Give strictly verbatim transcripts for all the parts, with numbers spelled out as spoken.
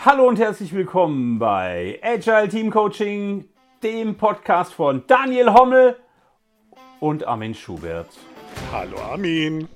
Hallo und herzlich willkommen bei Agile Team Coaching, dem Podcast von Daniel Hommel und Armin Schubert. Hallo Armin.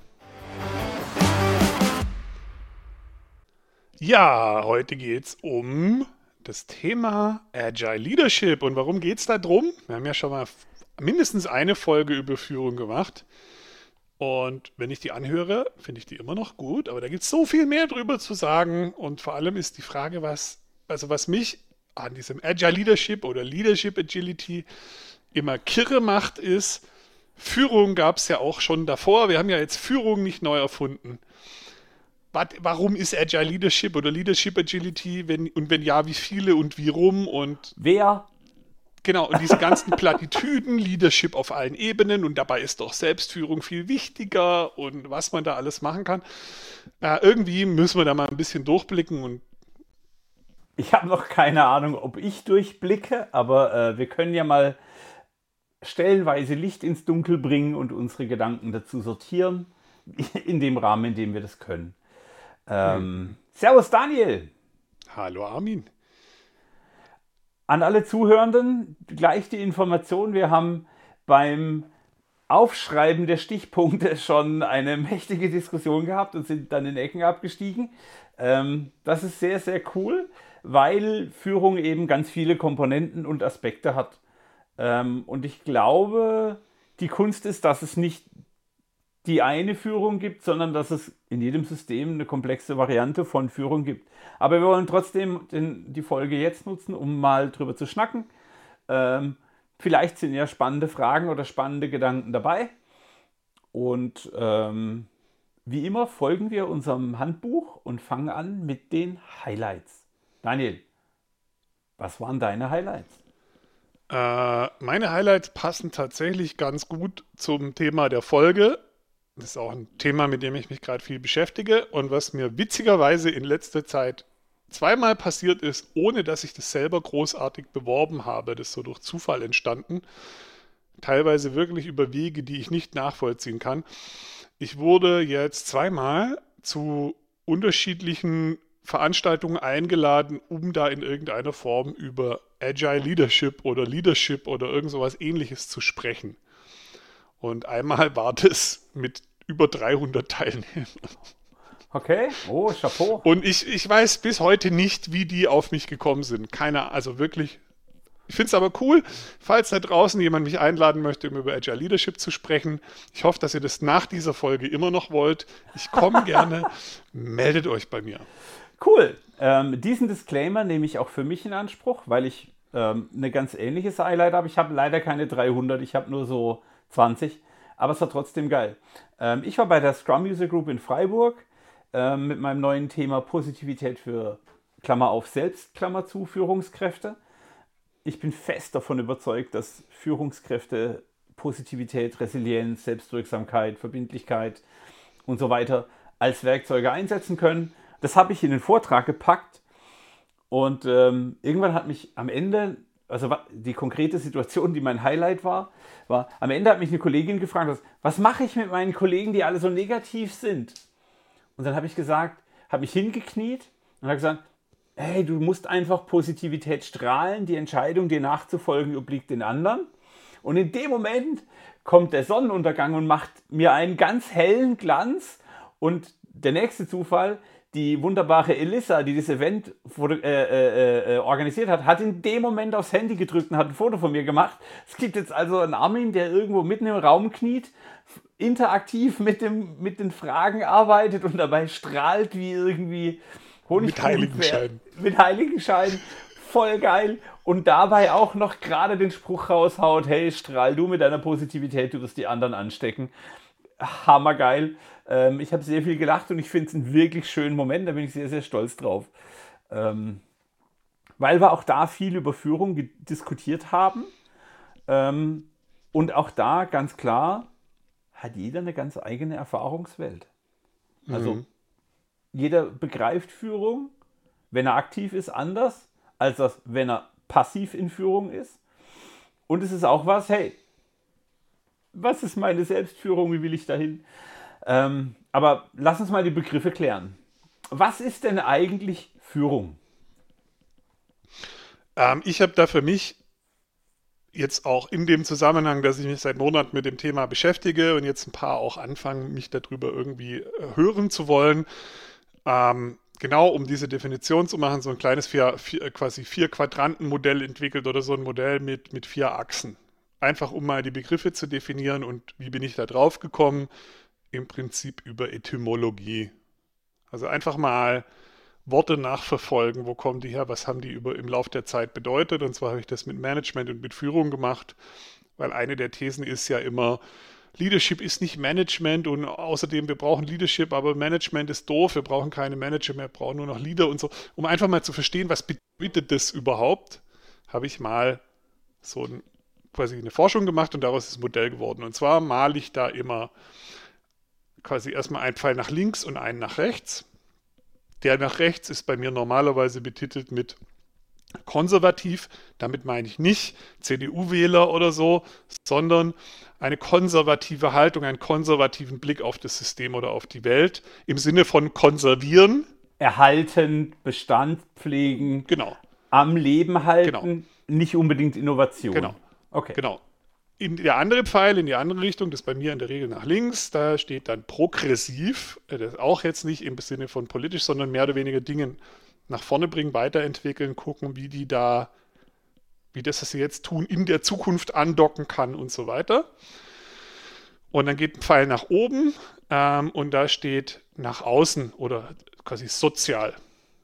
Ja, heute geht es um das Thema Agile Leadership. Und warum geht es da drum? Wir haben ja schon mal mindestens eine Folge über Führung gemacht. Und wenn ich die anhöre, finde ich die immer noch gut. Aber da gibt es so viel mehr drüber zu sagen. Und vor allem ist die Frage, was, also was mich an diesem Agile Leadership oder Leadership Agility immer kirre macht, ist, Führung gab es ja auch schon davor. Wir haben ja jetzt Führung nicht neu erfunden. Warum ist Agile Leadership oder Leadership Agility? Wenn, und wenn ja, wie viele und wie rum? Und wer? Genau, und diese ganzen Plattitüden, Leadership auf allen Ebenen, und dabei ist doch Selbstführung viel wichtiger und was man da alles machen kann. Äh, irgendwie müssen wir da mal ein bisschen durchblicken. Und ich habe noch keine Ahnung, ob ich durchblicke, aber äh, wir können ja mal stellenweise Licht ins Dunkel bringen und unsere Gedanken dazu sortieren, in dem Rahmen, in dem wir das können. Ähm, hm. Servus Daniel! Hallo Armin! An alle Zuhörenden gleich die Information, wir haben beim Aufschreiben der Stichpunkte schon eine mächtige Diskussion gehabt und sind dann in Ecken abgestiegen. Ähm, das ist sehr, sehr cool, weil Führung eben ganz viele Komponenten und Aspekte hat. Ähm, und ich glaube, die Kunst ist, dass es nicht die eine Führung gibt, sondern dass es in jedem System eine komplexe Variante von Führung gibt. Aber wir wollen trotzdem den, die Folge jetzt nutzen, um mal drüber zu schnacken. Ähm, vielleicht sind ja spannende Fragen oder spannende Gedanken dabei. Und ähm, wie immer folgen wir unserem Handbuch und fangen an mit den Highlights. Daniel, was waren deine Highlights? Äh, meine Highlights passen tatsächlich ganz gut zum Thema der Folge. Das ist auch ein Thema, mit dem ich mich gerade viel beschäftige und was mir witzigerweise in letzter Zeit zweimal passiert ist, ohne dass ich das selber großartig beworben habe. Das ist so durch Zufall entstanden. Teilweise wirklich über Wege, die ich nicht nachvollziehen kann. Ich wurde jetzt zweimal zu unterschiedlichen Veranstaltungen eingeladen, um da in irgendeiner Form über Agile Leadership oder Leadership oder irgend sowas Ähnliches zu sprechen. Und einmal war das mit über dreihundert Teilnehmern. Okay, oh, Chapeau. Und ich, ich weiß bis heute nicht, wie die auf mich gekommen sind. Keine, also wirklich. Ich finde es aber cool, falls da draußen jemand mich einladen möchte, um über Agile Leadership zu sprechen. Ich hoffe, dass ihr das nach dieser Folge immer noch wollt. Ich komme gerne. Meldet euch bei mir. Cool. Ähm, diesen Disclaimer nehme ich auch für mich in Anspruch, weil ich ähm, eine ganz ähnliches Highlight habe. Ich habe leider keine dreihundert, ich habe nur so zwanzig, aber es war trotzdem geil. Ähm, ich war bei der Scrum User Group in Freiburg ähm, mit meinem neuen Thema Positivität für, Klammer auf, Selbst, Klammer zu, Führungskräfte. Ich bin fest davon überzeugt, dass Führungskräfte Positivität, Resilienz, Selbstwirksamkeit, Verbindlichkeit und so weiter als Werkzeuge einsetzen können. Das habe ich in den Vortrag gepackt und ähm, irgendwann hat mich am Ende, also die konkrete Situation, die mein Highlight war, war, am Ende hat mich eine Kollegin gefragt, was, was mache ich mit meinen Kollegen, die alle so negativ sind? Und dann habe ich gesagt, habe mich hingekniet und habe gesagt, hey, du musst einfach Positivität strahlen, die Entscheidung, dir nachzufolgen, obliegt den anderen. Und in dem Moment kommt der Sonnenuntergang und macht mir einen ganz hellen Glanz. Und der nächste Zufall, die wunderbare Elissa, die das Event äh, äh, äh, organisiert hat, hat in dem Moment aufs Handy gedrückt und hat ein Foto von mir gemacht. Es gibt jetzt also einen Armin, der irgendwo mitten im Raum kniet, interaktiv mit, dem, mit den Fragen arbeitet und dabei strahlt wie irgendwie Honig mit Heiligenschein. Mit Heiligenschein. Voll geil. Und dabei auch noch gerade den Spruch raushaut, hey, strahl du mit deiner Positivität, du wirst die anderen anstecken. Hammergeil. Ähm, ich habe sehr viel gelacht und ich finde es einen wirklich schönen Moment, da bin ich sehr, sehr stolz drauf. Ähm, weil wir auch da viel über Führung ge- diskutiert haben. Ähm, und auch da ganz klar, hat jeder eine ganz eigene Erfahrungswelt. Also Mhm. jeder begreift Führung, wenn er aktiv ist, anders, als das, wenn er passiv in Führung ist. Und es ist auch was, hey, was ist meine Selbstführung, wie will ich dahin? Ähm, aber lass uns mal die Begriffe klären. Was ist denn eigentlich Führung? Ähm, ich habe da für mich jetzt auch in dem Zusammenhang, dass ich mich seit Monaten mit dem Thema beschäftige und jetzt ein paar auch anfangen, mich darüber irgendwie äh, hören zu wollen, ähm, genau um diese Definition zu machen, so ein kleines vier, vier, äh, quasi vier Quadranten-Modell entwickelt oder so ein Modell mit, mit vier Achsen. Einfach um mal die Begriffe zu definieren und wie bin ich da drauf gekommen? Im Prinzip über Etymologie. Also einfach mal Worte nachverfolgen, wo kommen die her, was haben die über, im Lauf der Zeit bedeutet. Und zwar habe ich das mit Management und mit Führung gemacht, weil eine der Thesen ist ja immer, Leadership ist nicht Management und außerdem, wir brauchen Leadership, aber Management ist doof, wir brauchen keine Manager mehr, wir brauchen nur noch Leader und so. Um einfach mal zu verstehen, was bedeutet das überhaupt, habe ich mal so ein, quasi eine Forschung gemacht und daraus ist das Modell geworden. Und zwar male ich da immer quasi erstmal einen Pfeil nach links und einen nach rechts. Der nach rechts ist bei mir normalerweise betitelt mit konservativ. Damit meine ich nicht C D U-Wähler oder so, sondern eine konservative Haltung, einen konservativen Blick auf das System oder auf die Welt im Sinne von konservieren. Erhalten, Bestand pflegen, Genau, am Leben halten, genau, nicht unbedingt Innovation. genau, Okay. genau. In der andere Pfeil, in die andere Richtung, das ist bei mir in der Regel nach links, da steht dann progressiv, das ist auch jetzt nicht im Sinne von politisch, sondern mehr oder weniger Dinge nach vorne bringen, weiterentwickeln, gucken, wie die da, wie das, was sie jetzt tun, in der Zukunft andocken kann und so weiter. Und dann geht ein Pfeil nach oben ähm, und da steht nach außen oder quasi sozial.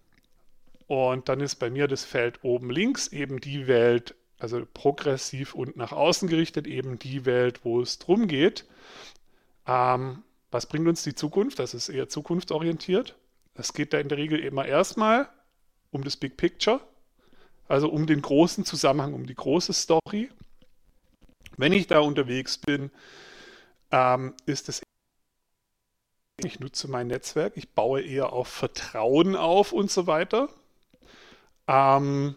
Und dann ist bei mir das Feld oben links eben die Welt, also progressiv und nach außen gerichtet, eben die Welt, wo es drum geht. Ähm, was bringt uns die Zukunft? Das ist eher zukunftsorientiert. Es geht da in der Regel immer erstmal um das Big Picture, also um den großen Zusammenhang, um die große Story. Wenn ich da unterwegs bin, ähm, ist es, ich nutze mein Netzwerk, ich baue eher auf Vertrauen auf und so weiter. Ähm,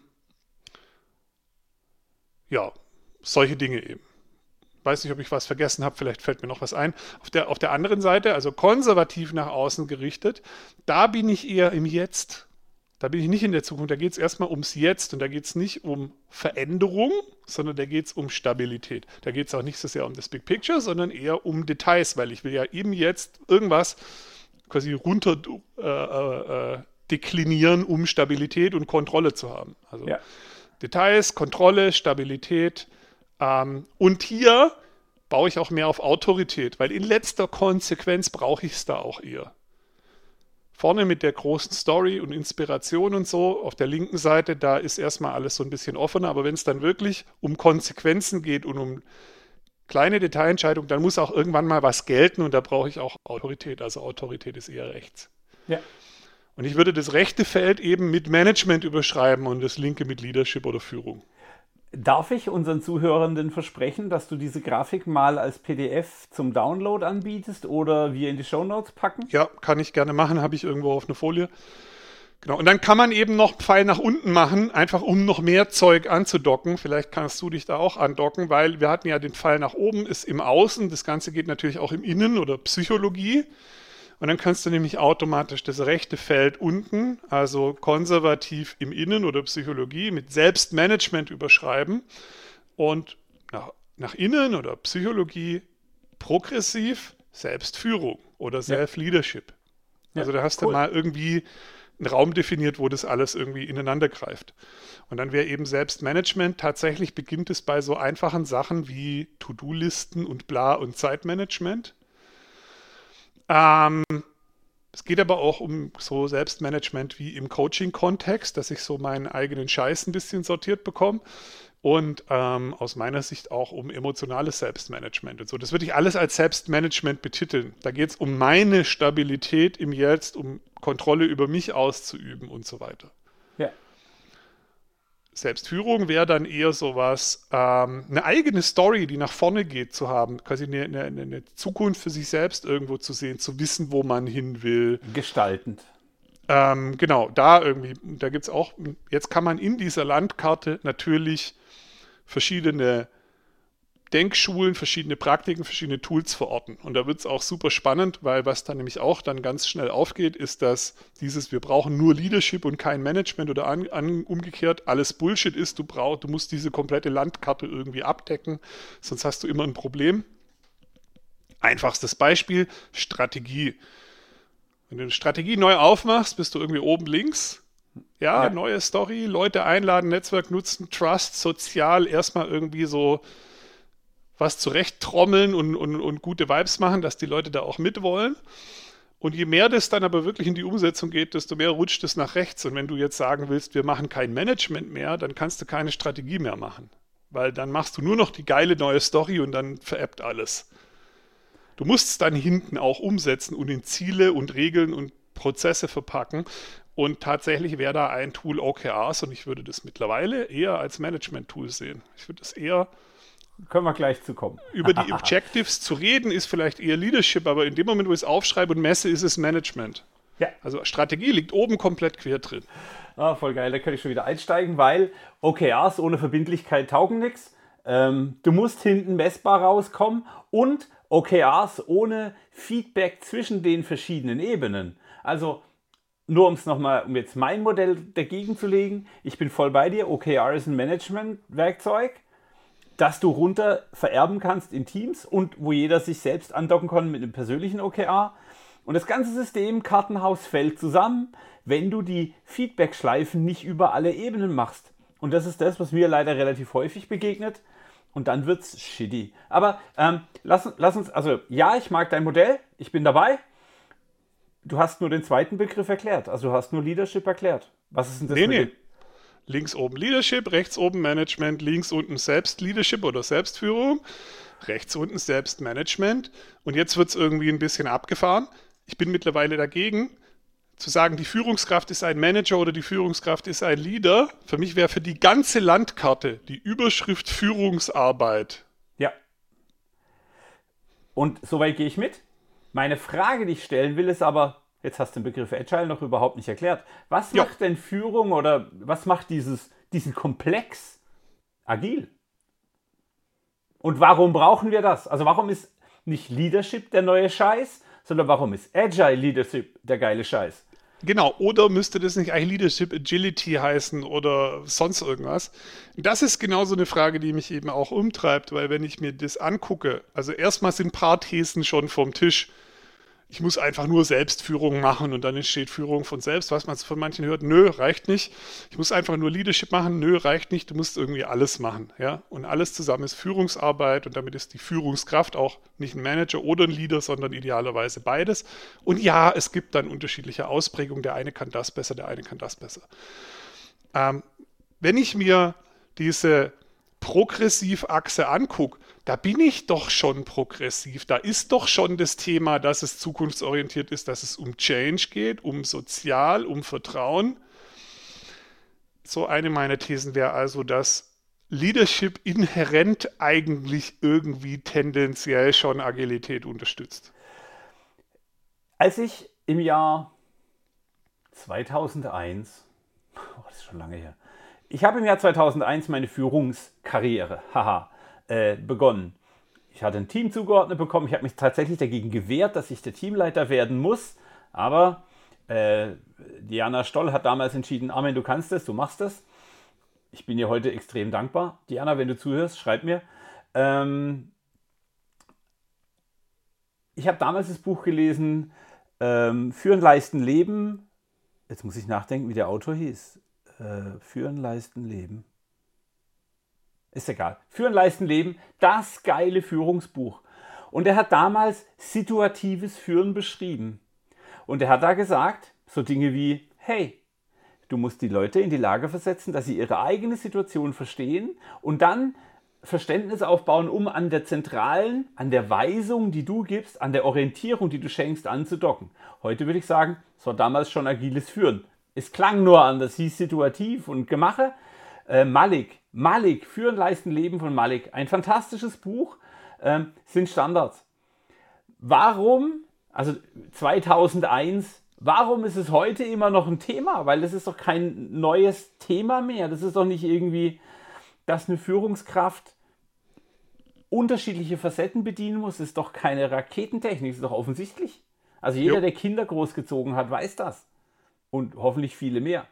ja, solche Dinge eben. Weiß nicht, ob ich was vergessen habe, vielleicht fällt mir noch was ein. Auf der, auf der anderen Seite, also konservativ nach außen gerichtet, da bin ich eher im Jetzt. Da bin ich nicht in der Zukunft. Da geht es erstmal ums Jetzt und da geht es nicht um Veränderung, sondern da geht es um Stabilität. Da geht es auch nicht so sehr um das Big Picture, sondern eher um Details, weil ich will ja eben jetzt irgendwas quasi runter äh, äh, deklinieren, um Stabilität und Kontrolle zu haben. Also Ja. Details, Kontrolle, Stabilität. Ähm, und hier baue ich auch mehr auf Autorität, weil in letzter Konsequenz brauche ich es da auch eher. Vorne mit der großen Story und Inspiration und so, auf der linken Seite, da ist erstmal alles so ein bisschen offener, aber wenn es dann wirklich um Konsequenzen geht und um kleine Detailentscheidungen, dann muss auch irgendwann mal was gelten und da brauche ich auch Autorität. Also Autorität ist eher rechts. Ja. Und ich würde das rechte Feld eben mit Management überschreiben und das linke mit Leadership oder Führung. Darf ich unseren Zuhörenden versprechen, dass du diese Grafik mal als P D F zum Download anbietest oder wir in die Shownotes packen? Ja, kann ich gerne machen, habe ich irgendwo auf einer Folie. Genau, und dann kann man eben noch Pfeil nach unten machen, einfach um noch mehr Zeug anzudocken. Vielleicht kannst du dich da auch andocken, weil wir hatten ja den Pfeil nach oben, ist im Außen, das Ganze geht natürlich auch im Innen oder Psychologie. Und dann kannst du nämlich automatisch das rechte Feld unten, also konservativ im Innen oder Psychologie, mit Selbstmanagement überschreiben und nach, nach innen oder Psychologie progressiv Selbstführung oder Self-Leadership. Ja, Also da hast cool. du mal irgendwie einen Raum definiert, wo das alles irgendwie ineinander greift. Und dann wäre eben Selbstmanagement, tatsächlich beginnt es bei so einfachen Sachen wie To-Do-Listen und bla und Zeitmanagement. Ähm, es geht aber auch um so Selbstmanagement wie im Coaching-Kontext, dass ich so meinen eigenen Scheiß ein bisschen sortiert bekomme und ähm, aus meiner Sicht auch um emotionales Selbstmanagement und so. Das würde ich alles als Selbstmanagement betiteln. Da geht es um meine Stabilität im Jetzt, um Kontrolle über mich auszuüben und so weiter. Ja. Selbstführung wäre dann eher sowas, ähm, eine eigene Story, die nach vorne geht, zu haben, quasi eine, eine, eine Zukunft für sich selbst irgendwo zu sehen, zu wissen, wo man hin will. Gestaltend. Ähm, genau, da irgendwie, da gibt es auch, jetzt kann man in dieser Landkarte natürlich verschiedene Denkschulen, verschiedene Praktiken, verschiedene Tools verorten. Und da wird es auch super spannend, weil was dann nämlich auch dann ganz schnell aufgeht, ist, dass dieses, wir brauchen nur Leadership und kein Management oder an, an, umgekehrt, alles Bullshit ist, du brauchst, du musst diese komplette Landkarte irgendwie abdecken, sonst hast du immer ein Problem. Einfachstes Beispiel, Strategie. Wenn du eine Strategie neu aufmachst, bist du irgendwie oben links. Ja, ja. Neue Story, Leute einladen, Netzwerk nutzen, Trust, sozial, erstmal irgendwie so was zurechttrommeln und, und, und gute Vibes machen, dass die Leute da auch mitwollen. Und je mehr das dann aber wirklich in die Umsetzung geht, desto mehr rutscht es nach rechts. Und wenn du jetzt sagen willst, wir machen kein Management mehr, dann kannst du keine Strategie mehr machen. Weil dann machst du nur noch die geile neue Story und dann veräppt alles. Du musst es dann hinten auch umsetzen und in Ziele und Regeln und Prozesse verpacken. Und tatsächlich wäre da ein Tool O K Rs und ich würde das mittlerweile eher als Management-Tool sehen. Ich würde das eher... Können wir gleich zu kommen. Über die Objectives zu reden ist vielleicht eher Leadership, aber in dem Moment, wo ich es aufschreibe und messe, ist es Management. Ja. Also Strategie liegt oben komplett quer drin. Ah, voll geil, da kann ich schon wieder einsteigen, weil O K Rs ohne Verbindlichkeit taugen nichts. Ähm, du musst hinten messbar rauskommen und O K Rs ohne Feedback zwischen den verschiedenen Ebenen. Also nur um es nochmal, um jetzt mein Modell dagegen zu legen, ich bin voll bei dir, O K R ist ein Management-Werkzeug, das du runter vererben kannst in Teams und wo jeder sich selbst andocken kann mit einem persönlichen O K R. Und das ganze System, Kartenhaus, fällt zusammen, wenn du die Feedback-Schleifen nicht über alle Ebenen machst. Und das ist das, was mir leider relativ häufig begegnet. Und dann wird's shitty. Aber ähm, lass, lass uns, also ja, ich mag dein Modell, ich bin dabei. Du hast nur den zweiten Begriff erklärt, also du hast nur Leadership erklärt. Was ist denn das? Nee, mit nee. dem? Links oben Leadership, rechts oben Management, links unten Selbstleadership oder Selbstführung, rechts unten Selbstmanagement. Und jetzt wird es irgendwie ein bisschen abgefahren. Ich bin mittlerweile dagegen, zu sagen, die Führungskraft ist ein Manager oder die Führungskraft ist ein Leader. Für mich wäre für die ganze Landkarte die Überschrift Führungsarbeit. Ja. Und soweit gehe ich mit. Meine Frage, die ich stellen will, ist aber, jetzt hast du den Begriff Agile noch überhaupt nicht erklärt. Was Ja. macht denn Führung oder was macht dieses, diesen Komplex agil? Und warum brauchen wir das? Also warum ist nicht Leadership der neue Scheiß, sondern warum ist Agile Leadership der geile Scheiß? Genau, oder müsste das nicht eigentlich Leadership Agility heißen oder sonst irgendwas? Das ist genau so eine Frage, die mich eben auch umtreibt, weil wenn ich mir das angucke, also erstmal sind ein paar Thesen schon vom Tisch. Ich muss einfach nur Selbstführung machen und dann entsteht Führung von selbst, was man von manchen hört, nö, reicht nicht. Ich muss einfach nur Leadership machen, nö, reicht nicht, du musst irgendwie alles machen. Ja? Und alles zusammen ist Führungsarbeit und damit ist die Führungskraft auch nicht ein Manager oder ein Leader, sondern idealerweise beides. Und ja, es gibt dann unterschiedliche Ausprägungen, der eine kann das besser, der eine kann das besser. Ähm, wenn ich mir diese Progressivachse angucke, da bin ich doch schon progressiv. Da ist doch schon das Thema, dass es zukunftsorientiert ist, dass es um Change geht, um Sozial, um Vertrauen. So eine meiner Thesen wäre also, dass Leadership inhärent eigentlich irgendwie tendenziell schon Agilität unterstützt. Als ich im Jahr zweitausendeins, oh, das ist schon lange her, ich habe im Jahr zweitausendeins meine Führungskarriere, haha, äh, begonnen. Ich hatte ein Team zugeordnet bekommen, ich habe mich tatsächlich dagegen gewehrt, dass ich der Teamleiter werden muss, aber äh, Diana Stoll hat damals entschieden, Armin, du kannst es, du machst es. Ich bin ihr heute extrem dankbar. Diana, wenn du zuhörst, schreib mir. Ähm, ich habe damals das Buch gelesen, ähm, Führen, Leisten, Leben. Jetzt muss ich nachdenken, wie der Autor hieß. Äh, Führen, Leisten, Leben. Ist egal. Führen, Leisten, Leben. Das geile Führungsbuch. Und er hat damals situatives Führen beschrieben. Und er hat da gesagt, so Dinge wie, hey, du musst die Leute in die Lage versetzen, dass sie ihre eigene Situation verstehen und dann Verständnis aufbauen, um an der zentralen, an der Weisung, die du gibst, an der Orientierung, die du schenkst, anzudocken. Heute würde ich sagen, es war damals schon agiles Führen. Es klang nur anders, hieß situativ und Gemache. Äh, Malik, Malik, Führen, Leisten, Leben von Malik. Ein fantastisches Buch, ähm, sind Standards. Warum, also zweitausendeins, warum ist es heute immer noch ein Thema? Weil das ist doch kein neues Thema mehr. Das ist doch nicht irgendwie, dass eine Führungskraft unterschiedliche Facetten bedienen muss, ist doch keine Raketentechnik, ist doch offensichtlich. Also jeder, Jo. der Kinder großgezogen hat, weiß das. Und hoffentlich viele mehr.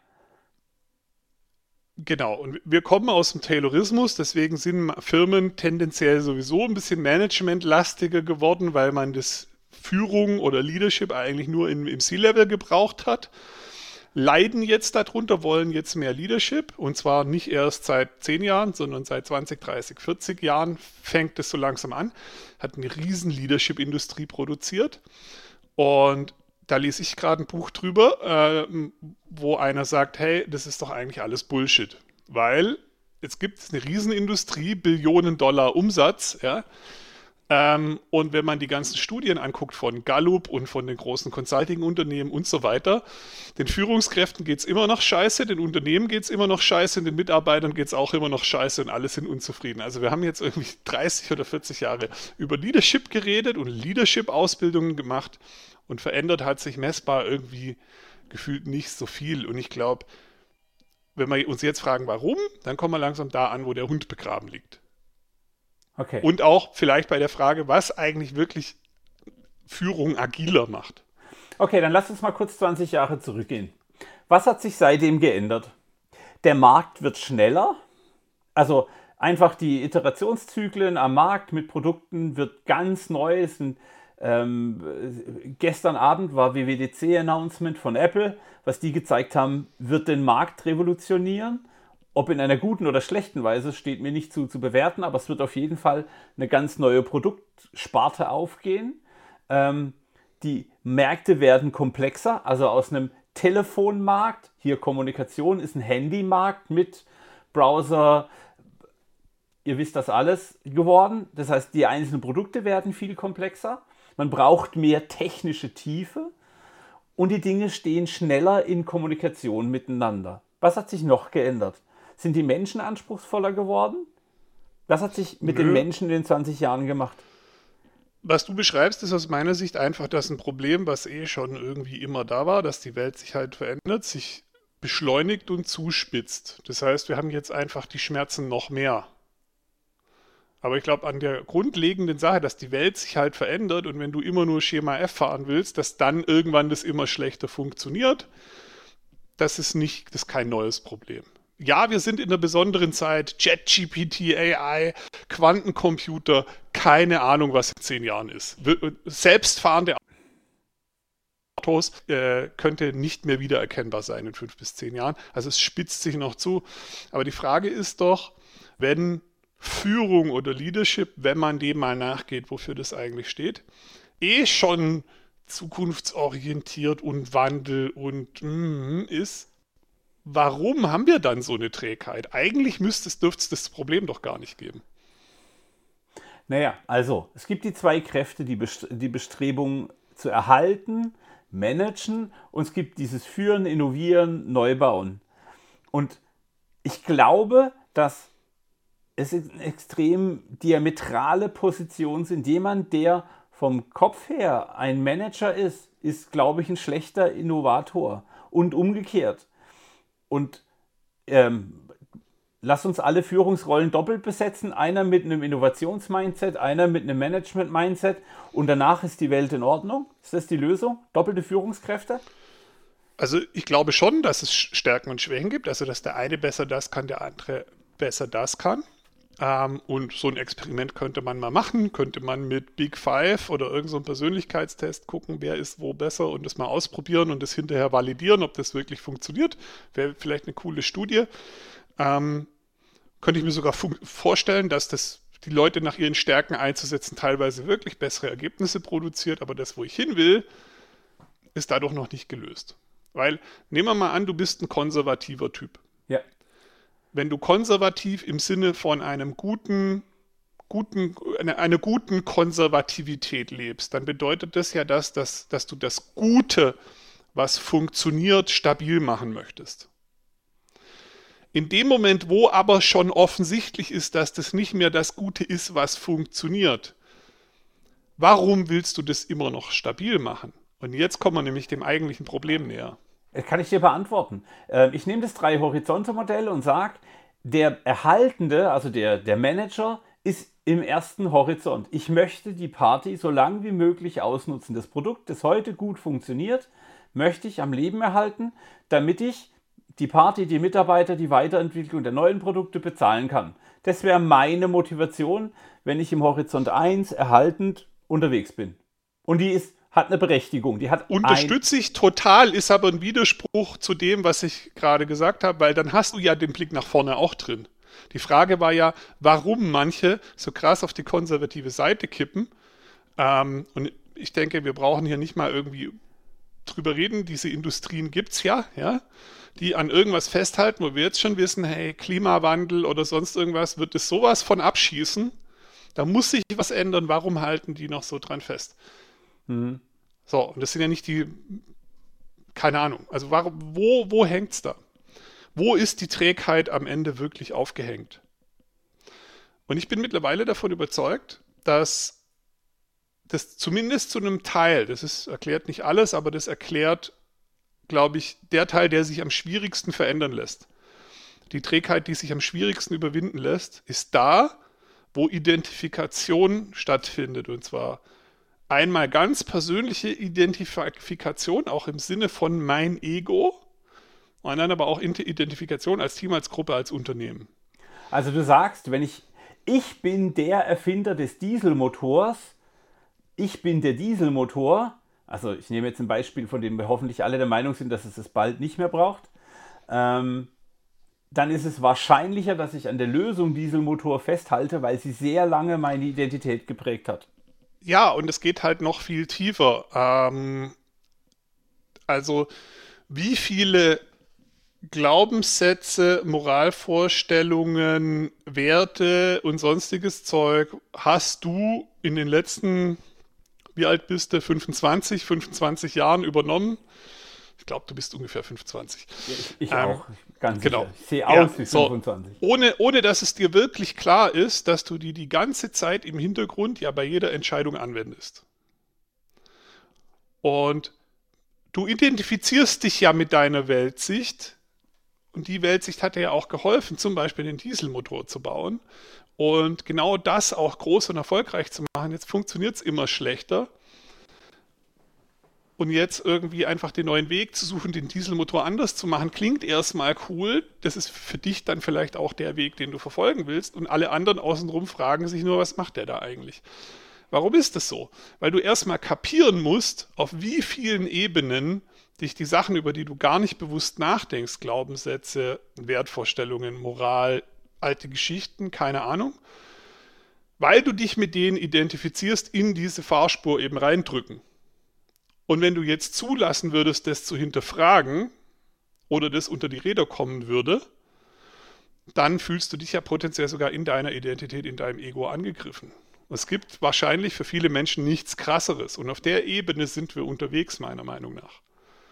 Genau, und wir kommen aus dem Taylorismus, deswegen sind Firmen tendenziell sowieso ein bisschen managementlastiger geworden, weil man das Führung oder Leadership eigentlich nur im, im C-Level gebraucht hat. Leiden jetzt darunter, wollen jetzt mehr Leadership, und zwar nicht erst seit zehn Jahren, sondern seit zwanzig, dreißig, vierzig Jahren fängt es so langsam an, hat eine riesen Leadership-Industrie produziert, und da lese ich gerade ein Buch drüber, äh, wo einer sagt, hey, das ist doch eigentlich alles Bullshit, weil jetzt gibt es eine Riesenindustrie, Billionen Dollar Umsatz, ja, ähm, und wenn man die ganzen Studien anguckt von Gallup und von den großen Consulting-Unternehmen und so weiter, den Führungskräften geht es immer noch scheiße, den Unternehmen geht es immer noch scheiße, und den Mitarbeitern geht es auch immer noch scheiße, und alle sind unzufrieden. Also wir haben jetzt irgendwie dreißig oder vierzig Jahre über Leadership geredet und Leadership-Ausbildungen gemacht, und verändert hat sich messbar irgendwie gefühlt nicht so viel. Und ich glaube, wenn wir uns jetzt fragen, warum, dann kommen wir langsam da an, wo der Hund begraben liegt. Okay. Und auch vielleicht bei der Frage, was eigentlich wirklich Führung agiler macht. Okay, dann lass uns mal kurz zwanzig Jahre zurückgehen. Was hat sich seitdem geändert? Der Markt wird schneller. Also einfach die Iterationszyklen am Markt mit Produkten wird ganz neu. Es sind, ähm, gestern Abend war W W D C-Announcement von Apple. Was die gezeigt haben, wird den Markt revolutionieren. Ob in einer guten oder schlechten Weise, steht mir nicht zu, zu bewerten, aber es wird auf jeden Fall eine ganz neue Produktsparte aufgehen. Ähm, die Märkte werden komplexer, also aus einem Telefonmarkt, hier Kommunikation ist ein Handymarkt mit Browser, ihr wisst das alles, geworden. Das heißt, die einzelnen Produkte werden viel komplexer. Man braucht mehr technische Tiefe und die Dinge stehen schneller in Kommunikation miteinander. Was hat sich noch geändert? Sind die Menschen anspruchsvoller geworden? Was hat sich mit Nö. den Menschen in den zwanzig Jahren gemacht? Was du beschreibst, ist aus meiner Sicht einfach das ein Problem, was eh schon irgendwie immer da war, dass die Welt sich halt verändert, sich beschleunigt und zuspitzt. Das heißt, wir haben jetzt einfach die Schmerzen noch mehr. Aber ich glaube, an der grundlegenden Sache, dass die Welt sich halt verändert, und wenn du immer nur Schema F fahren willst, dass dann irgendwann das immer schlechter funktioniert, das ist nicht, das ist kein neues Problem. Ja, wir sind in einer besonderen Zeit, ChatGPT, A I, Quantencomputer, keine Ahnung, was in zehn Jahren ist. Selbstfahrende Autos äh, könnte nicht mehr wiedererkennbar sein in fünf bis zehn Jahren. Also es spitzt sich noch zu. Aber die Frage ist doch, wenn Führung oder Leadership, wenn man dem mal nachgeht, wofür das eigentlich steht, eh schon zukunftsorientiert und Wandel und mm, ist, warum haben wir dann so eine Trägheit? Eigentlich müsste es, dürfte es das Problem doch gar nicht geben. Naja, also, es gibt die zwei Kräfte, die, Best- die Bestrebung zu erhalten, managen, und es gibt dieses Führen, Innovieren, Neubauen. Und ich glaube, dass es eine extrem diametrale Position sind. Jemand, der vom Kopf her ein Manager ist, ist, glaube ich, ein schlechter Innovator. Und umgekehrt. Und ähm, lass uns alle Führungsrollen doppelt besetzen. Einer mit einem Innovationsmindset, einer mit einem Management-Mindset, und danach ist die Welt in Ordnung. Ist das die Lösung? Doppelte Führungskräfte? Also ich glaube schon, dass es Stärken und Schwächen gibt. Also dass der eine besser das kann, der andere besser das kann. Ähm, und so ein Experiment könnte man mal machen. Könnte man mit Big Five oder irgendeinem so Persönlichkeitstest gucken, wer ist wo besser, und das mal ausprobieren und das hinterher validieren, ob das wirklich funktioniert. Wäre vielleicht eine coole Studie. Ähm, könnte ich mir sogar vorstellen, dass das die Leute nach ihren Stärken einzusetzen teilweise wirklich bessere Ergebnisse produziert. Aber das, wo ich hin will, ist dadurch noch nicht gelöst. Weil, nehmen wir mal an, du bist ein konservativer Typ. Ja. Wenn du konservativ im Sinne von einem guten, guten, einer, einer guten Konservativität lebst, dann bedeutet das ja, dass, dass, dass du das Gute, was funktioniert, stabil machen möchtest. In dem Moment, wo aber schon offensichtlich ist, dass das nicht mehr das Gute ist, was funktioniert, warum willst du das immer noch stabil machen? Und jetzt kommen wir nämlich dem eigentlichen Problem näher. Das kann ich dir beantworten. Ähm, Ich nehme das Drei-Horizonte-Modell und sage, der Erhaltende, also der, der Manager, ist im ersten Horizont. Ich möchte die Party so lange wie möglich ausnutzen. Das Produkt, das heute gut funktioniert, möchte ich am Leben erhalten, damit ich die Party, die Mitarbeiter, die Weiterentwicklung der neuen Produkte bezahlen kann. Das wäre meine Motivation, wenn ich im Horizont eins erhaltend unterwegs bin. Und die ist, hat eine Berechtigung. Die hat Unterstütze ich total, ist aber ein Widerspruch zu dem, was ich gerade gesagt habe, weil dann hast du ja den Blick nach vorne auch drin. Die Frage war ja, warum manche so krass auf die konservative Seite kippen. Ähm, und ich denke, wir brauchen hier nicht mal irgendwie drüber reden. Diese Industrien gibt es ja, ja, die an irgendwas festhalten, wo wir jetzt schon wissen, hey, Klimawandel oder sonst irgendwas, wird es sowas von abschießen. Da muss sich was ändern. Warum halten die noch so dran fest? Mhm. So, und das sind ja nicht die, keine Ahnung, also warum, wo, wo hängt es da? Wo ist die Trägheit am Ende wirklich aufgehängt? Und ich bin mittlerweile davon überzeugt, dass das zumindest zu einem Teil, das ist, erklärt nicht alles, aber das erklärt, glaube ich, der Teil, der sich am schwierigsten verändern lässt. Die Trägheit, die sich am schwierigsten überwinden lässt, ist da, wo Identifikation stattfindet. Und zwar einmal ganz persönliche Identifikation, auch im Sinne von mein Ego, und dann aber auch Identifikation als Team, als Gruppe, als Unternehmen. Also du sagst, wenn ich, ich bin der Erfinder des Dieselmotors, ich bin der Dieselmotor, also ich nehme jetzt ein Beispiel, von dem wir hoffentlich alle der Meinung sind, dass es es bald nicht mehr braucht, ähm, dann ist es wahrscheinlicher, dass ich an der Lösung Dieselmotor festhalte, weil sie sehr lange meine Identität geprägt hat. Ja, und es geht halt noch viel tiefer. Ähm, also wie viele Glaubenssätze, Moralvorstellungen, Werte und sonstiges Zeug hast du in den letzten, wie alt bist du, fünfundzwanzig, fünfundzwanzig Jahren übernommen? Ich glaube, du bist ungefähr fünfundzwanzig. Ja, ich ich ähm, auch, ganz genau. sicher. Ich sehe Ja, aus wie so, fünfundzwanzig. ohne, ohne dass es dir wirklich klar ist, dass du die die ganze Zeit im Hintergrund ja bei jeder Entscheidung anwendest. Und du identifizierst dich ja mit deiner Weltsicht. Und die Weltsicht hat dir ja auch geholfen, zum Beispiel den Dieselmotor zu bauen. Und genau das auch groß und erfolgreich zu machen. Jetzt funktioniert es immer schlechter. Und jetzt irgendwie einfach den neuen Weg zu suchen, den Dieselmotor anders zu machen, klingt erstmal cool. Das ist für dich dann vielleicht auch der Weg, den du verfolgen willst. Und alle anderen außenrum fragen sich nur, was macht der da eigentlich? Warum ist das so? Weil du erstmal kapieren musst, auf wie vielen Ebenen dich die Sachen, über die du gar nicht bewusst nachdenkst, Glaubenssätze, Wertvorstellungen, Moral, alte Geschichten, keine Ahnung, weil du dich mit denen identifizierst, in diese Fahrspur eben reindrücken. Und wenn du jetzt zulassen würdest, das zu hinterfragen oder das unter die Räder kommen würde, dann fühlst du dich ja potenziell sogar in deiner Identität, in deinem Ego angegriffen. Es gibt wahrscheinlich für viele Menschen nichts Krasseres. Und auf der Ebene sind wir unterwegs, meiner Meinung nach.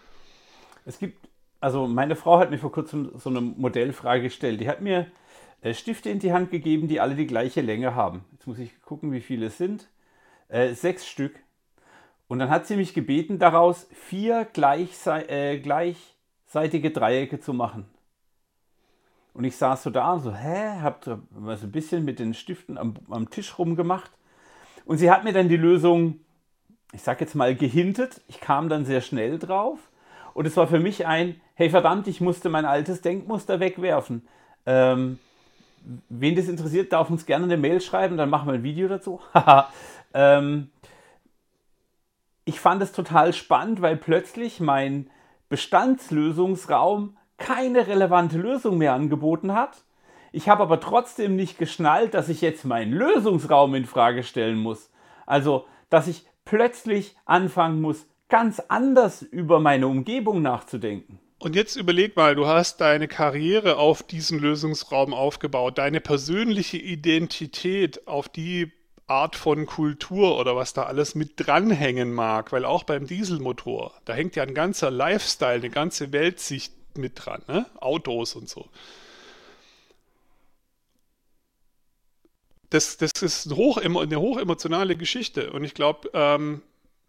Es gibt, also meine Frau hat mir vor kurzem so eine Modellfrage gestellt. Die hat mir äh, Stifte in die Hand gegeben, die alle die gleiche Länge haben. Jetzt muss ich gucken, wie viele es sind. Äh, sechs Stück. Und dann hat sie mich gebeten, daraus vier gleichse äh, gleichseitige Dreiecke zu machen. Und ich saß so da und so, hä, hab so ein bisschen mit den Stiften am, am Tisch rumgemacht. Und sie hat mir dann die Lösung, ich sag jetzt mal, gehintet. Ich kam dann sehr schnell drauf. Und es war für mich ein, hey verdammt, ich musste mein altes Denkmuster wegwerfen. Ähm, wen das interessiert, darf uns gerne eine Mail schreiben, dann machen wir ein Video dazu. ähm, ich fand es total spannend, weil plötzlich mein Bestandslösungsraum keine relevante Lösung mehr angeboten hat. Ich habe aber trotzdem nicht geschnallt, dass ich jetzt meinen Lösungsraum in Frage stellen muss. Also, dass ich plötzlich anfangen muss, ganz anders über meine Umgebung nachzudenken. Und jetzt überleg mal, du hast deine Karriere auf diesen Lösungsraum aufgebaut, deine persönliche Identität auf die Art von Kultur oder was da alles mit dranhängen mag, weil auch beim Dieselmotor, da hängt ja ein ganzer Lifestyle, eine ganze Weltsicht mit dran, ne? Autos und so. Das, das ist hoch, eine hochemotionale Geschichte und ich glaube, ähm,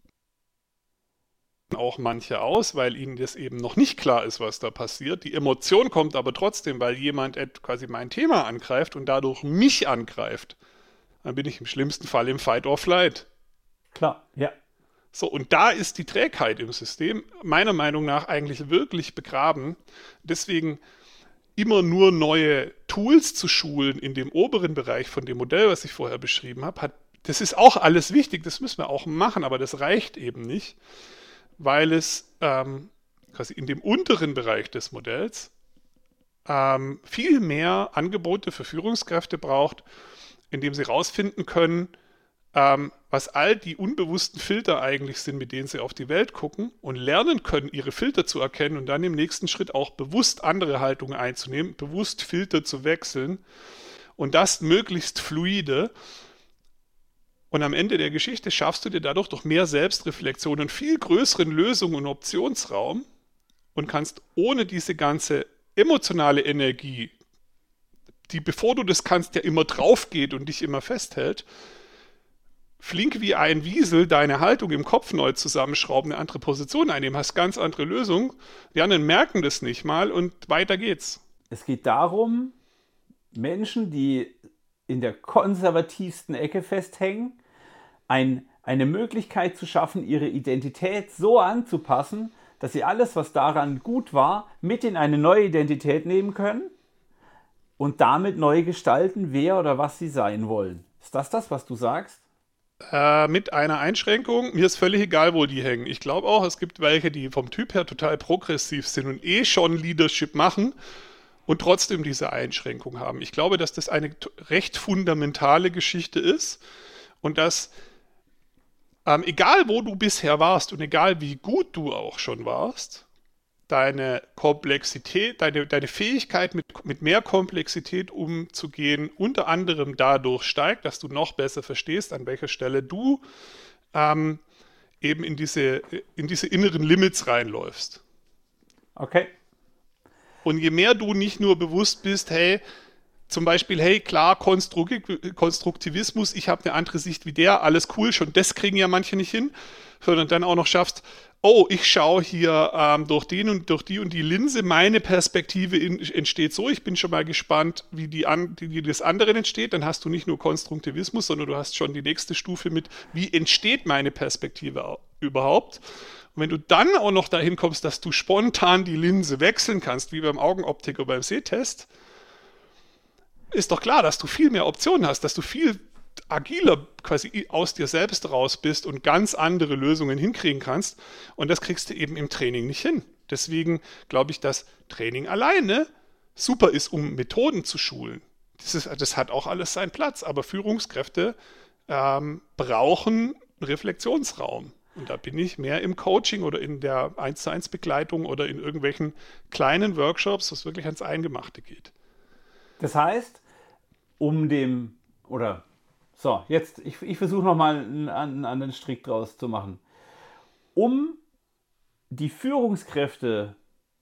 auch manche aus, weil ihnen das eben noch nicht klar ist, was da passiert. Die Emotion kommt aber trotzdem, weil jemand quasi mein Thema angreift und dadurch mich angreift. dann bin ich im schlimmsten Fall im Fight or Flight. Klar, ja. So, und da ist die Trägheit im System meiner Meinung nach eigentlich wirklich begraben. Deswegen immer nur neue Tools zu schulen in dem oberen Bereich von dem Modell, was ich vorher beschrieben habe, hat, das ist auch alles wichtig, das müssen wir auch machen, aber das reicht eben nicht, weil es ähm, quasi in dem unteren Bereich des Modells ähm, viel mehr Angebote für Führungskräfte braucht, indem sie herausfinden können, ähm, was all die unbewussten Filter eigentlich sind, mit denen sie auf die Welt gucken und lernen können, ihre Filter zu erkennen und dann im nächsten Schritt auch bewusst andere Haltungen einzunehmen, bewusst Filter zu wechseln und das möglichst fluide. Und am Ende der Geschichte schaffst du dir dadurch durch mehr Selbstreflexion einen viel größeren Lösungen- und Optionsraum und kannst ohne diese ganze emotionale Energie, die bevor du das kannst ja immer drauf geht und dich immer festhält, flink wie ein Wiesel deine Haltung im Kopf neu zusammenschrauben, eine andere Position einnehmen, hast ganz andere Lösungen. Die anderen merken das nicht mal und weiter geht's. Es geht darum, Menschen, die in der konservativsten Ecke festhängen, ein, eine Möglichkeit zu schaffen, ihre Identität so anzupassen, dass sie alles, was daran gut war, mit in eine neue Identität nehmen können und damit neu gestalten, wer oder was sie sein wollen. Ist das das, was du sagst? Äh, mit einer Einschränkung, mir ist völlig egal, wo die hängen. Ich glaube auch, es gibt welche, die vom Typ her total progressiv sind und eh schon Leadership machen und trotzdem diese Einschränkung haben. Ich glaube, dass das eine recht fundamentale Geschichte ist und dass, ähm, egal wo du bisher warst und egal wie gut du auch schon warst, deine Komplexität, deine, deine Fähigkeit mit, mit mehr Komplexität umzugehen, unter anderem dadurch steigt, dass du noch besser verstehst, an welcher Stelle du ähm, eben in diese, in diese inneren Limits reinläufst. Okay. Und je mehr du nicht nur bewusst bist, hey, zum Beispiel, hey, klar, Konstruktivismus, ich habe eine andere Sicht wie der, alles cool, schon das kriegen ja manche nicht hin, sondern dann auch noch schaffst, oh, ich schaue hier ähm, durch den und durch die und die Linse, meine Perspektive in, entsteht so, ich bin schon mal gespannt, wie die, an, wie das andere entsteht, dann hast du nicht nur Konstruktivismus, sondern du hast schon die nächste Stufe mit, wie entsteht meine Perspektive überhaupt. Und wenn du dann auch noch dahin kommst, dass du spontan die Linse wechseln kannst, wie beim Augenoptiker beim Sehtest, ist doch klar, dass du viel mehr Optionen hast, dass du viel agiler quasi aus dir selbst raus bist und ganz andere Lösungen hinkriegen kannst. Und das kriegst du eben im Training nicht hin. Deswegen glaube ich, dass Training alleine super ist, um Methoden zu schulen. Das, ist, das hat auch alles seinen Platz, aber Führungskräfte ähm, brauchen einen Reflexionsraum. Und da bin ich mehr im Coaching oder in der eins zu eins Begleitung oder in irgendwelchen kleinen Workshops, was wirklich ans Eingemachte geht. Das heißt, um dem, oder so, jetzt, ich, ich versuche nochmal einen, einen anderen Strick draus zu machen. Um die Führungskräfte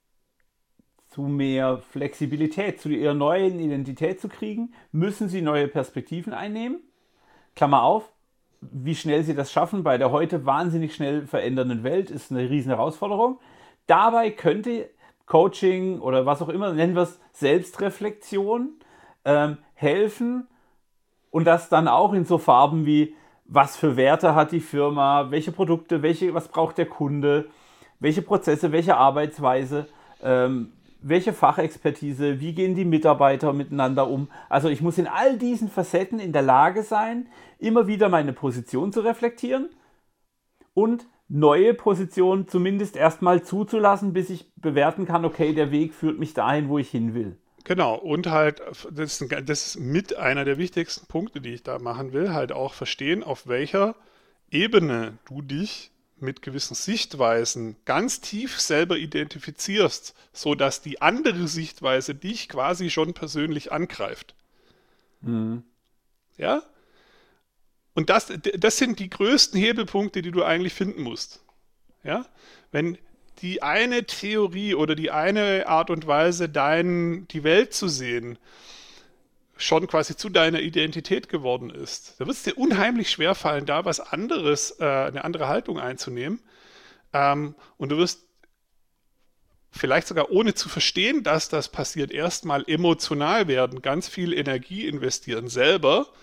zu mehr Flexibilität, zu ihrer neuen Identität zu kriegen, müssen sie neue Perspektiven einnehmen. Klammer auf, wie schnell sie das schaffen bei der heute wahnsinnig schnell verändernden Welt, ist eine riesen Herausforderung. Dabei könnte Coaching oder was auch immer, nennen wir es Selbstreflexion, ähm, helfen und das dann auch in so Farben wie, was für Werte hat die Firma, welche Produkte, welche, was braucht der Kunde, welche Prozesse, welche Arbeitsweise, ähm, welche Fachexpertise, wie gehen die Mitarbeiter miteinander um. Also ich muss in all diesen Facetten in der Lage sein, immer wieder meine Position zu reflektieren und neue Positionen zumindest erstmal zuzulassen, bis ich bewerten kann, okay, der Weg führt mich dahin, wo ich hin will. Genau, und halt, das ist, das ist mit einer der wichtigsten Punkte, die ich da machen will, halt auch verstehen, auf welcher Ebene du dich mit gewissen Sichtweisen ganz tief selber identifizierst, sodass die andere Sichtweise dich quasi schon persönlich angreift. Mhm. Ja? Und das, das sind die größten Hebelpunkte, die du eigentlich finden musst. Ja? Wenn die eine Theorie oder die eine Art und Weise, dein, die Welt zu sehen, schon quasi zu deiner Identität geworden ist, da wird es dir unheimlich schwerfallen, da was anderes, äh, eine andere Haltung einzunehmen. Ähm, und du wirst vielleicht sogar ohne zu verstehen, dass das passiert, erstmal emotional werden, ganz viel Energie investieren selber,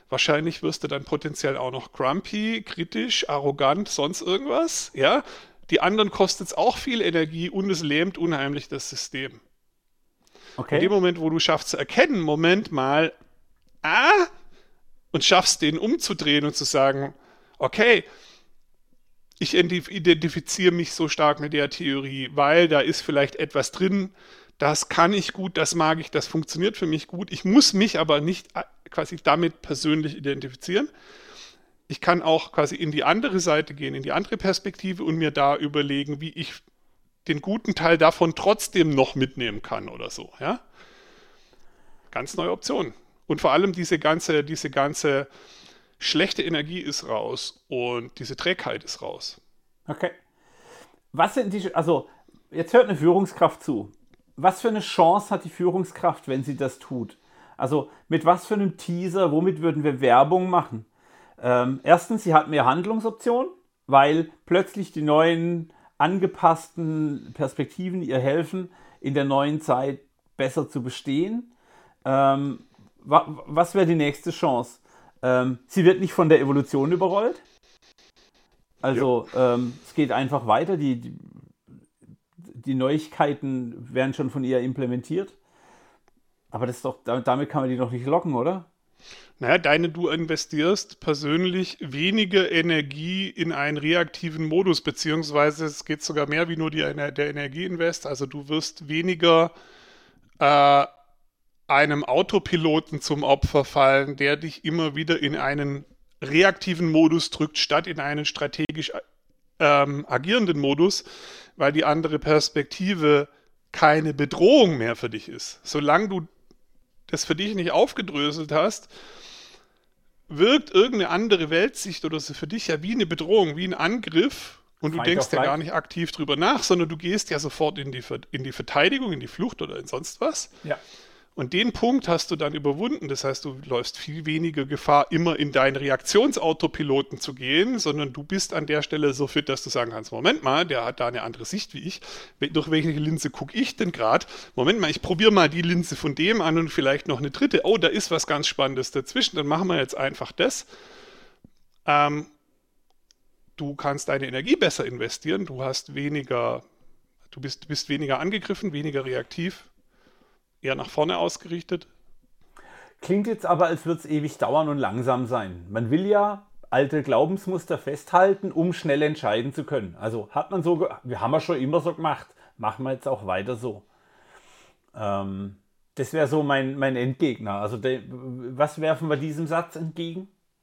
Wahrscheinlich wirst du dann potenziell auch noch grumpy, kritisch, arrogant, sonst irgendwas. Ja? Die anderen kostet es auch viel Energie und es lähmt unheimlich das System. Okay. In dem Moment, wo du schaffst zu erkennen, Moment mal, ah, und schaffst den umzudrehen und zu sagen, okay, ich identifiziere mich so stark mit der Theorie, weil da ist vielleicht etwas drin, das kann ich gut, das mag ich, das funktioniert für mich gut. Ich muss mich aber nicht quasi damit persönlich identifizieren. Ich kann auch quasi in die andere Seite gehen, in die andere Perspektive und mir da überlegen, wie ich den guten Teil davon trotzdem noch mitnehmen kann oder so. Ja? Ganz neue Optionen. Und vor allem diese ganze, diese ganze schlechte Energie ist raus und diese Trägheit ist raus. Okay. Was sind die, also jetzt hört eine Führungskraft zu. Was für eine Chance hat die Führungskraft, wenn sie das tut? Also mit was für einem Teaser, womit würden wir Werbung machen? Ähm, erstens, sie hat mehr Handlungsoptionen, weil plötzlich die neuen angepassten Perspektiven ihr helfen, in der neuen Zeit besser zu bestehen. Ähm, wa- was wäre die nächste Chance? Ähm, sie wird nicht von der Evolution überrollt. Also ja. ähm, es geht einfach weiter. Die, die, die Neuigkeiten werden schon von ihr implementiert. Aber das ist doch, damit kann man die doch nicht locken, oder? Naja, deine, du investierst persönlich weniger Energie in einen reaktiven Modus, beziehungsweise es geht sogar mehr wie nur die, der Energieinvest. Also du wirst weniger äh, einem Autopiloten zum Opfer fallen, der dich immer wieder in einen reaktiven Modus drückt, statt in einen strategisch ähm, agierenden Modus, weil die andere Perspektive keine Bedrohung mehr für dich ist. Solange du das für dich nicht aufgedröselt hast, wirkt irgendeine andere Weltsicht oder so für dich ja wie eine Bedrohung, wie ein Angriff und du denkst ja gar nicht aktiv drüber nach, sondern du gehst ja sofort in die, in die Verteidigung, in die Flucht oder in sonst was. Ja. Und den Punkt hast du dann überwunden. Das heißt, du läufst viel weniger Gefahr, immer in deinen Reaktionsautopiloten zu gehen, sondern du bist an der Stelle so fit, dass du sagen kannst, Moment mal, der hat da eine andere Sicht wie ich. Durch welche Linse gucke ich denn gerade? Moment mal, ich probiere mal die Linse von dem an und vielleicht noch eine dritte. Oh, da ist was ganz Spannendes dazwischen. Dann machen wir jetzt einfach das. Ähm, du kannst deine Energie besser investieren. Du hast weniger, du bist, bist weniger angegriffen, weniger reaktiv. Eher nach vorne ausgerichtet. Klingt jetzt aber, als würde es ewig dauern und langsam sein. Man will ja alte Glaubensmuster festhalten, um schnell entscheiden zu können. Also hat man so, wir haben ja schon immer so gemacht, machen wir jetzt auch weiter so. Ähm, das wäre so mein, mein Endgegner. Also de, was werfen wir diesem Satz entgegen?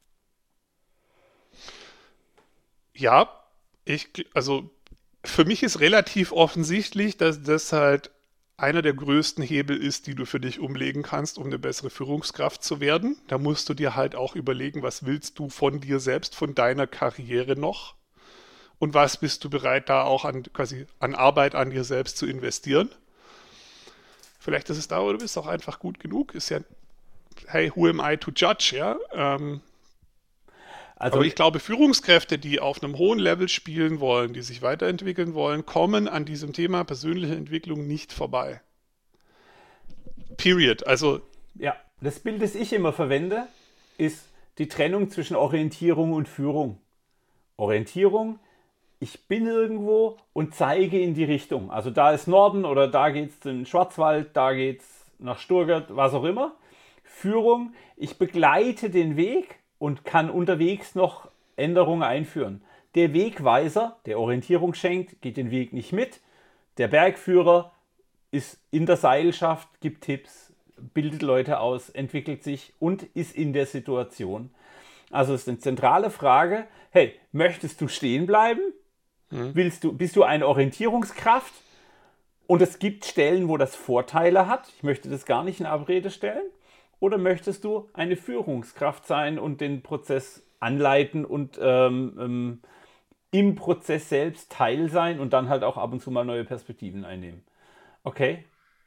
Ja, ich, also für mich ist relativ offensichtlich, dass das halt einer der größten Hebel ist, die du für dich umlegen kannst, um eine bessere Führungskraft zu werden. Da musst du dir halt auch überlegen, was willst du von dir selbst, von deiner Karriere noch? Und was bist du bereit, da auch an, quasi an Arbeit an dir selbst zu investieren? Vielleicht ist es da, oder du bist auch einfach gut genug. Ist ja, hey, who am I to judge, ja? Ähm, Also, aber ich glaube, Führungskräfte, die auf einem hohen Level spielen wollen, die sich weiterentwickeln wollen, kommen an diesem Thema persönliche Entwicklung nicht vorbei. Period. Also ja, das Bild, das ich immer verwende, ist die Trennung zwischen Orientierung und Führung. Orientierung, ich bin irgendwo und zeige in die Richtung. Also da ist Norden oder da geht es in den Schwarzwald, da geht es nach Stuttgart, was auch immer. Führung, ich begleite den Weg und kann unterwegs noch Änderungen einführen. Der Wegweiser, der Orientierung schenkt, geht den Weg nicht mit. Der Bergführer ist in der Seilschaft, gibt Tipps, bildet Leute aus, entwickelt sich und ist in der Situation. Also es ist eine zentrale Frage, hey, möchtest du stehen bleiben? Mhm. Willst du, bist du eine Orientierungskraft? Und es gibt Stellen, wo das Vorteile hat. Ich möchte das gar nicht in Abrede stellen. Oder möchtest du eine Führungskraft sein und den Prozess anleiten und ähm, ähm, im Prozess selbst Teil sein und dann halt auch ab und zu mal neue Perspektiven einnehmen? Okay?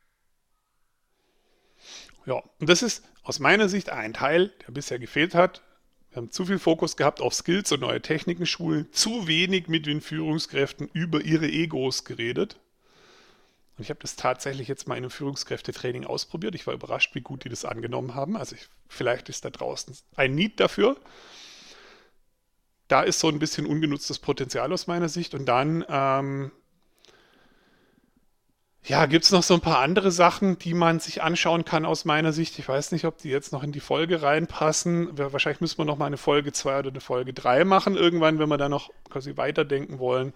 Ja, und das ist aus meiner Sicht ein Teil, der bisher gefehlt hat. Wir haben zu viel Fokus gehabt auf Skills und neue Techniken schulen, zu wenig mit den Führungskräften über ihre Egos geredet. Und ich habe das tatsächlich jetzt mal in einem Führungskräftetraining ausprobiert. Ich war überrascht, wie gut die das angenommen haben. Also ich, vielleicht ist da draußen ein Need dafür. Da ist so ein bisschen ungenutztes Potenzial aus meiner Sicht. Und dann ähm, ja, gibt es noch so ein paar andere Sachen, die man sich anschauen kann aus meiner Sicht. Ich weiß nicht, ob die jetzt noch in die Folge reinpassen. Wahrscheinlich müssen wir noch mal eine Folge zwei oder eine Folge drei machen irgendwann, wenn wir da noch quasi weiterdenken wollen.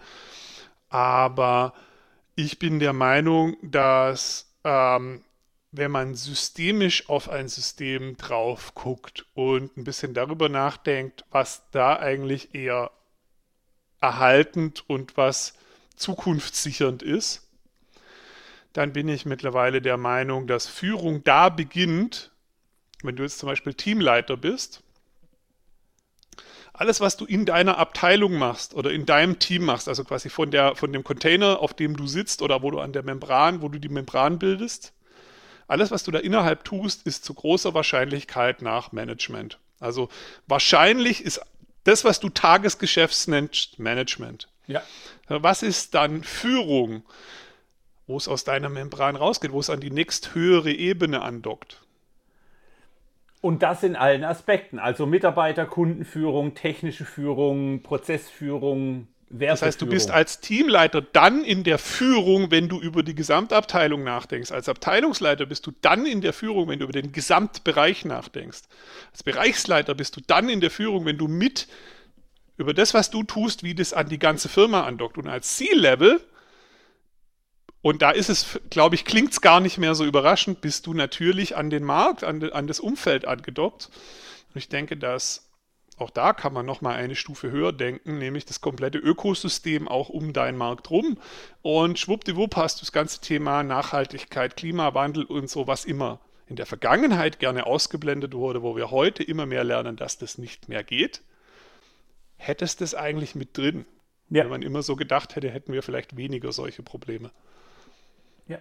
Aber ich bin der Meinung, dass ähm, wenn man systemisch auf ein System drauf guckt und ein bisschen darüber nachdenkt, was da eigentlich eher erhaltend und was zukunftssichernd ist, dann bin ich mittlerweile der Meinung, dass Führung da beginnt, wenn du jetzt zum Beispiel Teamleiter bist. Alles, was du in deiner Abteilung machst oder in deinem Team machst, also quasi von der, von dem Container, auf dem du sitzt oder wo du an der Membran, wo du die Membran bildest, alles, was du da innerhalb tust, ist zu großer Wahrscheinlichkeit nach Management. Also wahrscheinlich ist das, was du Tagesgeschäfts nennst, Management. Ja. Was ist dann Führung? Wo es aus deiner Membran rausgeht, wo es an die nächsthöhere Ebene andockt. Und das in allen Aspekten, also Mitarbeiter, Kundenführung, technische Führung, Prozessführung, Werteführung. Das heißt, du bist als Teamleiter dann in der Führung, wenn du über die Gesamtabteilung nachdenkst. Als Abteilungsleiter bist du dann in der Führung, wenn du über den Gesamtbereich nachdenkst. Als Bereichsleiter bist du dann in der Führung, wenn du mit über das, was du tust, wie das an die ganze Firma andockt. Und als C-Level, und da ist es, glaube ich, klingt es gar nicht mehr so überraschend, bist du natürlich an den Markt, an, de, an das Umfeld angedockt. Und ich denke, dass auch da kann man nochmal eine Stufe höher denken, nämlich das komplette Ökosystem auch um deinen Markt rum. Und schwuppdiwupp hast du das ganze Thema Nachhaltigkeit, Klimawandel und so, was immer in der Vergangenheit gerne ausgeblendet wurde, wo wir heute immer mehr lernen, dass das nicht mehr geht. Hättest du das eigentlich mit drin? Ja. Wenn man immer so gedacht hätte, hätten wir vielleicht weniger solche Probleme. Ja.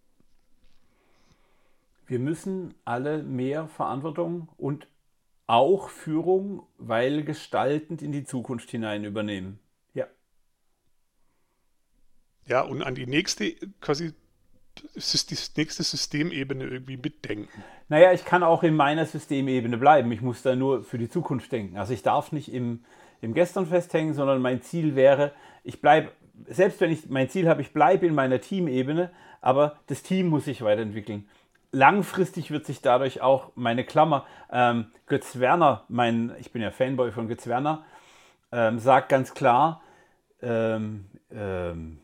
Wir müssen alle mehr Verantwortung und auch Führung, weil gestaltend in die Zukunft hinein übernehmen. Ja. Ja, und an die nächste, quasi die nächste Systemebene irgendwie mitdenken. Naja, ich kann auch in meiner Systemebene bleiben. Ich muss da nur für die Zukunft denken. Also ich darf nicht im, im Gestern festhängen, sondern mein Ziel wäre, ich bleibe, selbst wenn ich mein Ziel habe, ich bleibe in meiner Teamebene, aber das Team muss sich weiterentwickeln. Langfristig wird sich dadurch auch meine Klammer, ähm, Götz Werner, mein, ich bin ja Fanboy von Götz Werner, ähm, sagt ganz klar, ähm, ähm,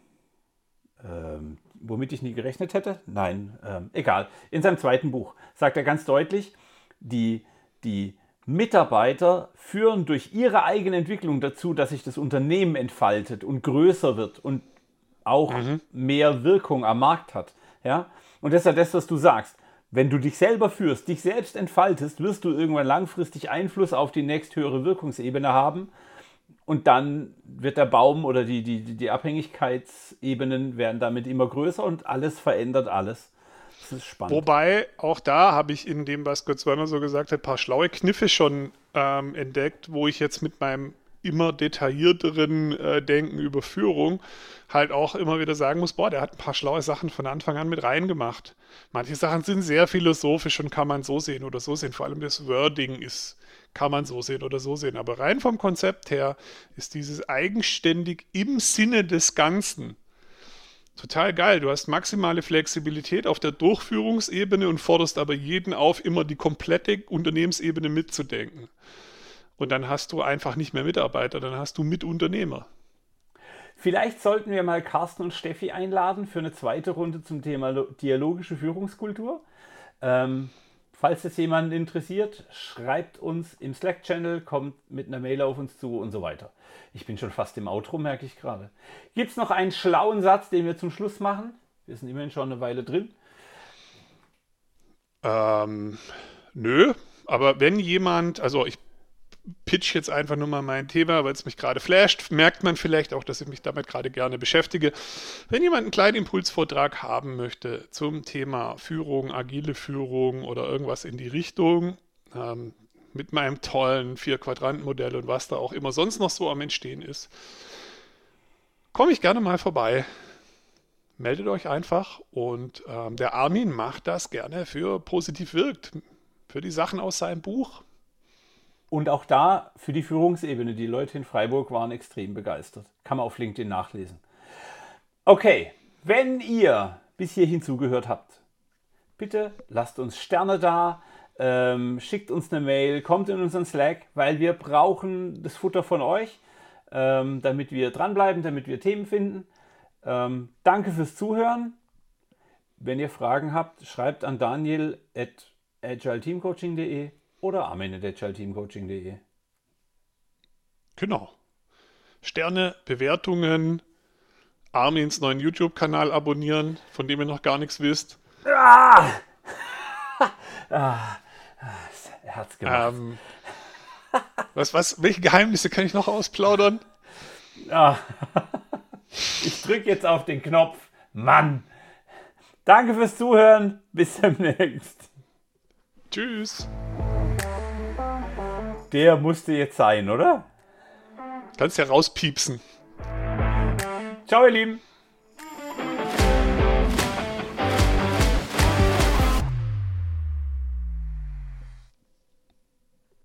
ähm, womit ich nie gerechnet hätte, nein, ähm, egal, in seinem zweiten Buch sagt er ganz deutlich, die, die Mitarbeiter führen durch ihre eigene Entwicklung dazu, dass sich das Unternehmen entfaltet und größer wird und auch mhm. mehr Wirkung am Markt hat. Ja? Und das ist ja das, was du sagst. Wenn du dich selber führst, dich selbst entfaltest, wirst du irgendwann langfristig Einfluss auf die nächsthöhere Wirkungsebene haben. Und dann wird der Baum oder die, die, die Abhängigkeitsebenen werden damit immer größer und alles verändert alles. Das ist spannend. Wobei, auch da habe ich in dem, was Götz Werner so gesagt hat, ein paar schlaue Kniffe schon ähm, entdeckt, wo ich jetzt mit meinem immer detaillierteren äh, Denken über Führung halt auch immer wieder sagen muss, boah, der hat ein paar schlaue Sachen von Anfang an mit reingemacht. Manche Sachen sind sehr philosophisch und kann man so sehen oder so sehen. Vor allem das Wording ist, kann man so sehen oder so sehen. Aber rein vom Konzept her ist dieses eigenständig im Sinne des Ganzen total geil. Du hast maximale Flexibilität auf der Durchführungsebene und forderst aber jeden auf, immer die komplette Unternehmensebene mitzudenken. Und dann hast du einfach nicht mehr Mitarbeiter, dann hast du Mitunternehmer. Vielleicht sollten wir mal Carsten und Steffi einladen für eine zweite Runde zum Thema dialogische Führungskultur. Ähm, falls es jemanden interessiert, schreibt uns im Slack-Channel, kommt mit einer Mail auf uns zu und so weiter. Ich bin schon fast im Outro, merke ich gerade. Gibt es noch einen schlauen Satz, den wir zum Schluss machen? Wir sind immerhin schon eine Weile drin. Ähm, nö, aber wenn jemand, also ich pitch jetzt einfach nur mal mein Thema, weil es mich gerade flasht, merkt man vielleicht auch, dass ich mich damit gerade gerne beschäftige. Wenn jemand einen kleinen Impulsvortrag haben möchte zum Thema Führung, agile Führung oder irgendwas in die Richtung, ähm, mit meinem tollen Vier-Quadranten-Modell und was da auch immer sonst noch so am Entstehen ist, komme ich gerne mal vorbei. meldet euch einfach und ähm, der Armin macht das gerne für Positiv wirkt, für die Sachen aus seinem Buch. Und auch da für die Führungsebene. Die Leute in Freiburg waren extrem begeistert. Kann man auf LinkedIn nachlesen. Okay, wenn ihr bis hierhin zugehört habt, bitte lasst uns Sterne da, ähm, schickt uns eine Mail, kommt in unseren Slack, weil wir brauchen das Futter von euch, ähm, damit wir dranbleiben, damit wir Themen finden. Ähm, danke fürs Zuhören. Wenn ihr Fragen habt, schreibt an daniel at agileteamcoaching punkt de oder armin at agileteamcoaching punkt de. Genau. Sterne, Bewertungen, Armins neuen YouTube-Kanal abonnieren, von dem ihr noch gar nichts wisst. Ah! ah, er hat's gemacht. Ähm, was, was, welche Geheimnisse kann ich noch ausplaudern? Ah. Ich drücke jetzt auf den Knopf. Mann! Danke fürs Zuhören. Bis demnächst. Tschüss. Der musste jetzt sein, oder? Kannst ja rauspiepsen. Ciao, ihr Lieben.